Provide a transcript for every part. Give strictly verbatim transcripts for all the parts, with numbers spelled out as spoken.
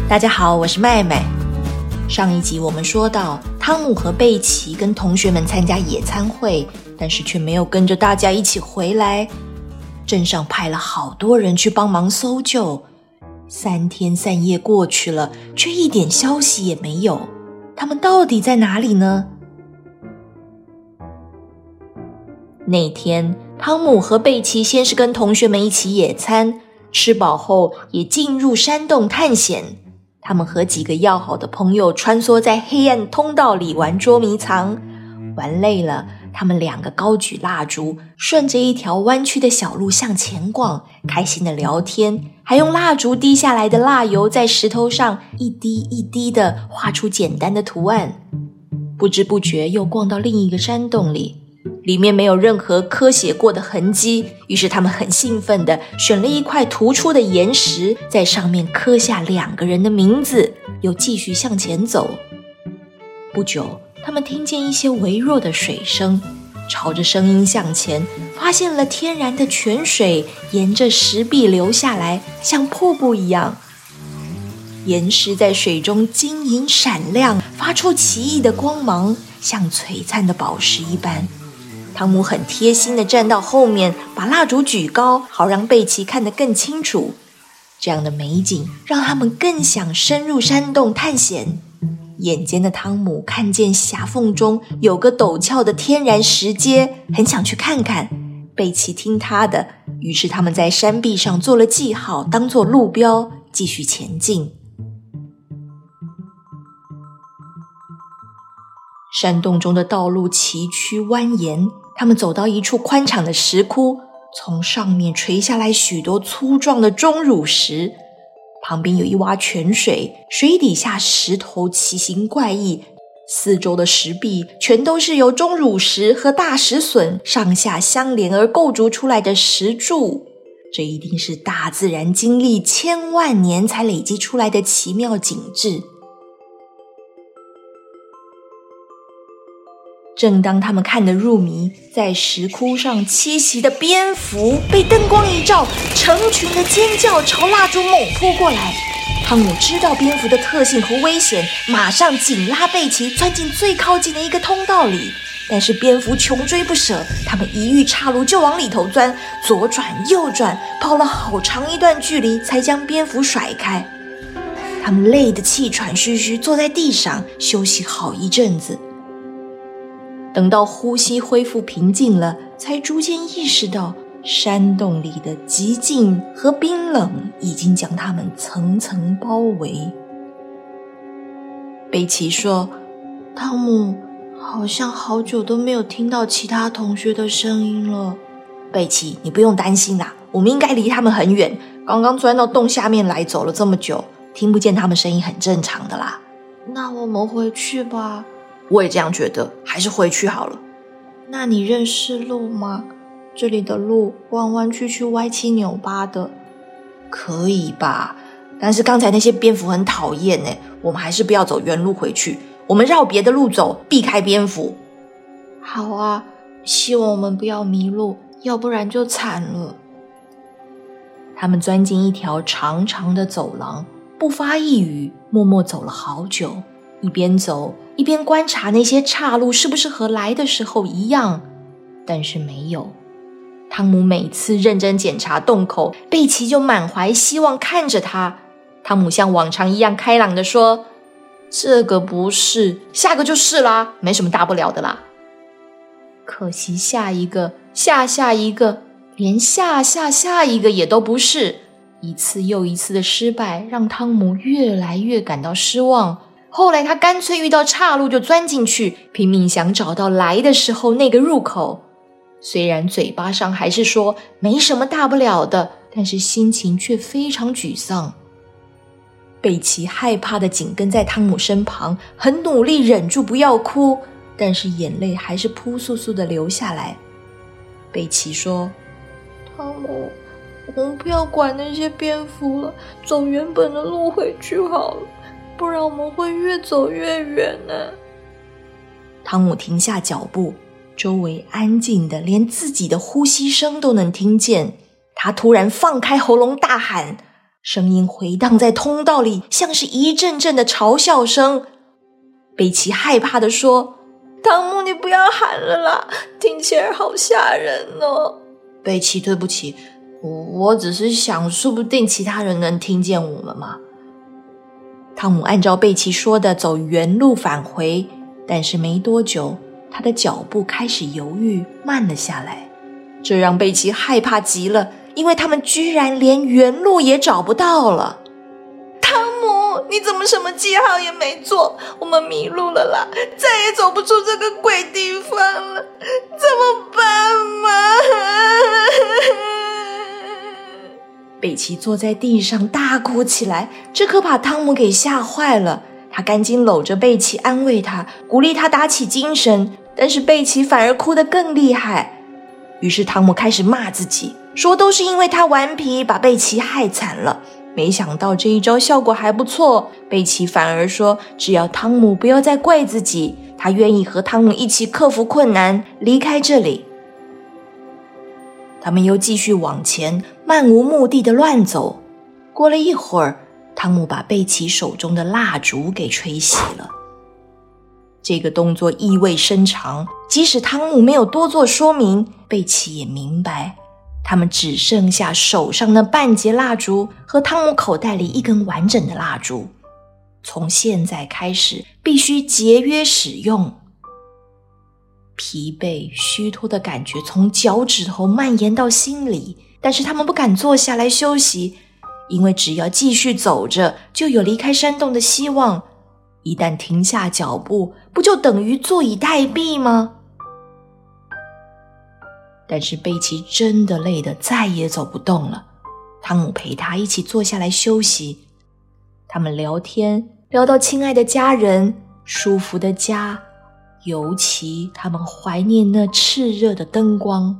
大家好，我是麦麦。上一集我们说到，汤姆和贝奇跟同学们参加野餐会，但是却没有跟着大家一起回来。镇上派了好多人去帮忙搜救，三天三夜过去了，却一点消息也没有。他们到底在哪里呢？那天，汤姆和贝奇先是跟同学们一起野餐，吃饱后也进入山洞探险。他们和几个要好的朋友穿梭在黑暗通道里玩捉迷藏，玩累了，他们两个高举蜡烛，顺着一条弯曲的小路向前逛，开心的聊天，还用蜡烛滴下来的蜡油在石头上一滴一滴的画出简单的图案。不知不觉又逛到另一个山洞里，里面没有任何刻写过的痕迹，于是他们很兴奋地选了一块突出的岩石，在上面刻下两个人的名字，又继续向前走。不久，他们听见一些微弱的水声，朝着声音向前，发现了天然的泉水沿着石壁流下来，像瀑布一样。岩石在水中晶莹闪亮，发出奇异的光芒，像璀璨的宝石一般。汤姆很贴心地站到后面，把蜡烛举高，好让贝奇看得更清楚。这样的美景让他们更想深入山洞探险。眼尖的汤姆看见狭缝中有个陡峭的天然石阶，很想去看看。贝奇听他的，于是他们在山壁上做了记号，当作路标，继续前进。山洞中的道路崎岖蜿蜒，他们走到一处宽敞的石窟，从上面垂下来许多粗壮的钟乳石，旁边有一洼泉水，水底下石头奇形怪异，四周的石壁全都是由钟乳石和大石笋上下相连而构筑出来的石柱。这一定是大自然经历千万年才累积出来的奇妙景致。正当他们看得入迷，在石窟上栖息的蝙蝠被灯光一照，成群的尖叫朝蜡烛猛扑过来。汤姆知道蝙蝠的特性和危险，马上紧拉贝奇钻进最靠近的一个通道里。但是蝙蝠穷追不舍，他们一遇岔路就往里头钻，左转右转，跑了好长一段距离才将蝙蝠甩开。他们累得气喘吁吁，坐在地上休息好一阵子。等到呼吸恢复平静了，才逐渐意识到山洞里的寂静和冰冷已经将他们层层包围。贝奇说，汤姆，好像好久都没有听到其他同学的声音了。贝奇，你不用担心啦，我们应该离他们很远，刚刚钻到洞下面来，走了这么久，听不见他们声音很正常的啦。那我们回去吧。我也这样觉得，还是回去好了。那你认识路吗？这里的路弯弯曲曲、歪七扭八的。可以吧？但是刚才那些蝙蝠很讨厌耶，我们还是不要走原路回去，我们绕别的路走，避开蝙蝠。好啊，希望我们不要迷路，要不然就惨了。他们钻进一条长长的走廊，不发一语，默默走了好久，一边走一边观察那些岔路是不是和来的时候一样，但是没有。汤姆每次认真检查洞口，贝奇就满怀希望看着他。汤姆像往常一样开朗地说，这个不是，下个就是啦，没什么大不了的啦。可惜下一个，下下一个，连下下下一个也都不是。一次又一次的失败让汤姆越来越感到失望。后来他干脆遇到岔路就钻进去，拼命想找到来的时候那个入口。虽然嘴巴上还是说没什么大不了的，但是心情却非常沮丧。贝奇害怕地紧跟在汤姆身旁，很努力忍住不要哭，但是眼泪还是扑簌簌地流下来。贝奇说，汤姆，我们不要管那些蝙蝠了，走原本的路回去好了，不然我们会越走越远呢。汤姆停下脚步，周围安静的连自己的呼吸声都能听见。他突然放开喉咙大喊， 声音回荡在通道里，像是一阵阵的嘲笑声。贝奇害怕地说：汤姆，你不要喊了啦，听起来好吓人哦。贝奇，对不起，我我只是想，说不定其他人能听见我们嘛。汤姆按照贝奇说的走原路返回，但是没多久，他的脚步开始犹豫，慢了下来。这让贝奇害怕极了，因为他们居然连原路也找不到了。汤姆，你怎么什么记号也没做？我们迷路了啦，再也走不出这个鬼地方了，怎么办嘛？贝奇坐在地上大哭起来，这可把汤姆给吓坏了。他赶紧搂着贝奇安慰他，鼓励他打起精神，但是贝奇反而哭得更厉害。于是汤姆开始骂自己，说都是因为他顽皮把贝奇害惨了。没想到这一招效果还不错，贝奇反而说只要汤姆不要再怪自己，他愿意和汤姆一起克服困难，离开这里。他们又继续往前，漫无目的的乱走。过了一会儿，汤姆把贝奇手中的蜡烛给吹熄了。这个动作意味深长，即使汤姆没有多做说明，贝奇也明白，他们只剩下手上那半截蜡烛和汤姆口袋里一根完整的蜡烛。从现在开始，必须节约使用。疲惫虚脱的感觉从脚趾头蔓延到心里，但是他们不敢坐下来休息，因为只要继续走着，就有离开山洞的希望。一旦停下脚步，不就等于坐以待毙吗？但是贝奇真的累得再也走不动了。汤姆陪他一起坐下来休息，他们聊天，聊到亲爱的家人，舒服的家，尤其他们怀念那炽热的灯光。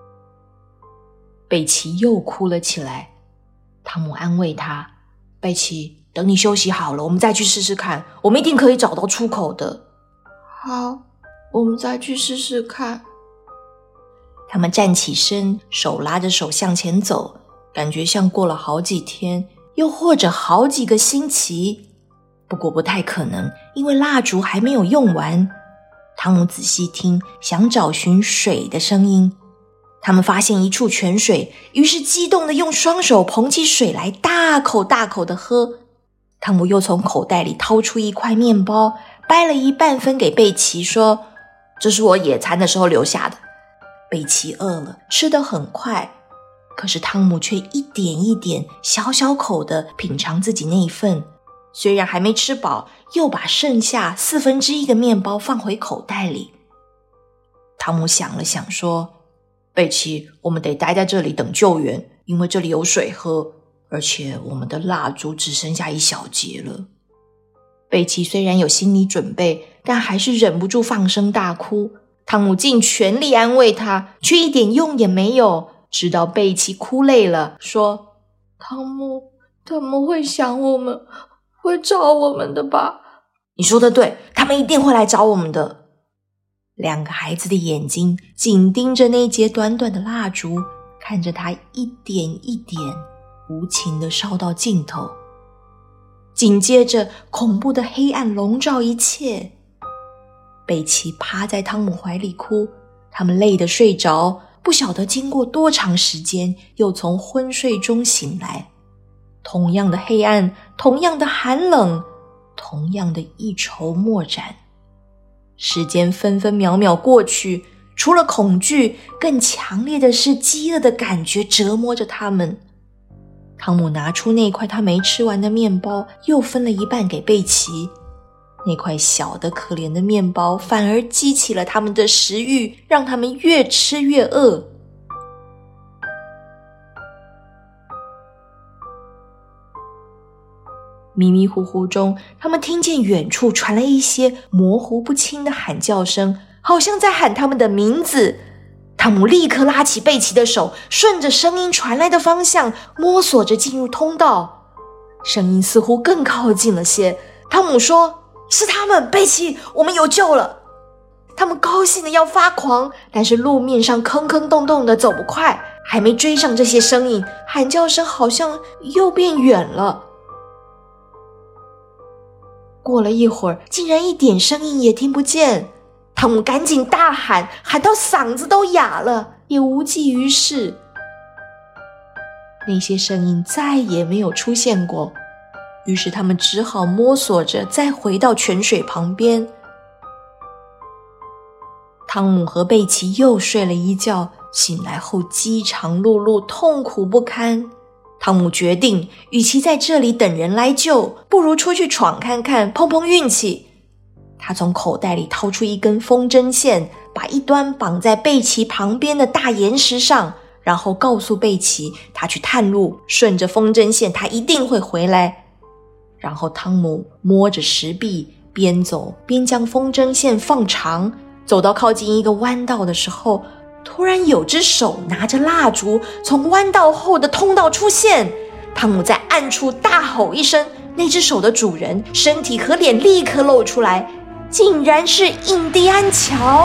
贝奇又哭了起来，汤姆安慰他：贝奇，等你休息好了，我们再去试试看，我们一定可以找到出口的。好，我们再去试试看。他们站起身，手拉着手向前走，感觉像过了好几天，又或者好几个星期。不过不太可能，因为蜡烛还没有用完。汤姆仔细听，想找寻水的声音。他们发现一处泉水，于是激动地用双手捧起水来，大口大口地喝。汤姆又从口袋里掏出一块面包，掰了一半分给贝奇，说：这是我野餐的时候留下的。贝奇饿了，吃得很快，可是汤姆却一点一点小小口地品尝自己那一份，虽然还没吃饱，又把剩下四分之一的面包放回口袋里。汤姆想了想说：贝奇，我们得待在这里等救援，因为这里有水喝，而且我们的蜡烛只剩下一小截了。贝奇虽然有心理准备，但还是忍不住放声大哭。汤姆尽全力安慰他，却一点用也没有，直到贝奇哭累了，说：汤姆，他们会想我们，会找我们的吧？你说的对，他们一定会来找我们的。两个孩子的眼睛紧盯着那节短短的蜡烛，看着它一点一点无情地烧到尽头。紧接着，恐怖的黑暗笼罩一切。贝奇趴在汤姆怀里哭，他们累得睡着，不晓得经过多长时间，又从昏睡中醒来。同样的黑暗，同样的寒冷，同样的一筹莫展。时间分分秒秒过去，除了恐惧，更强烈的是饥饿的感觉折磨着他们。汤姆拿出那块他没吃完的面包，又分了一半给贝奇。那块小的可怜的面包反而激起了他们的食欲，让他们越吃越饿。迷迷糊糊中，他们听见远处传来一些模糊不清的喊叫声，好像在喊他们的名字。汤姆立刻拉起贝奇的手，顺着声音传来的方向摸索着进入通道。声音似乎更靠近了些。汤姆说：是他们，贝奇，我们有救了。他们高兴得要发狂，但是路面上坑坑洞洞的，走不快， 还没追上这些声音，喊叫声好像又变远了。过了一会儿，竟然一点声音也听不见。汤姆赶紧大喊，喊到嗓子都哑了，也无济于事。那些声音再也没有出现过，于是他们只好摸索着再回到泉水旁边。汤姆和贝奇又睡了一觉，醒来后饥肠辘辘，痛苦不堪。汤姆决定，与其在这里等人来救，不如出去闯看看，碰碰运气。他从口袋里掏出一根风筝线，把一端绑在贝奇旁边的大岩石上，然后告诉贝奇他去探路，顺着风筝线他一定会回来。然后汤姆摸着石壁，边走边将风筝线放长，走到靠近一个弯道的时候，突然有只手拿着蜡烛从弯道后的通道出现。汤姆在暗处大吼一声，那只手的主人身体和脸立刻露出来，竟然是印第安乔。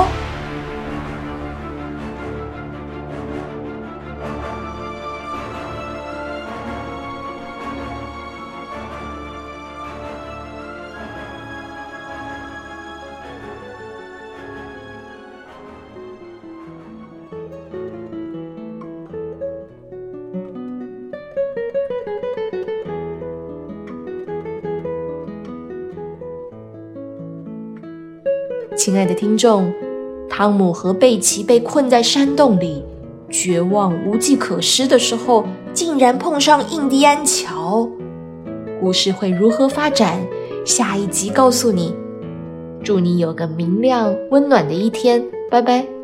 亲爱的听众，汤姆和贝奇被困在山洞里，绝望无计可施的时候，竟然碰上印第安乔。故事会如何发展？下一集告诉你。祝你有个明亮温暖的一天，拜拜。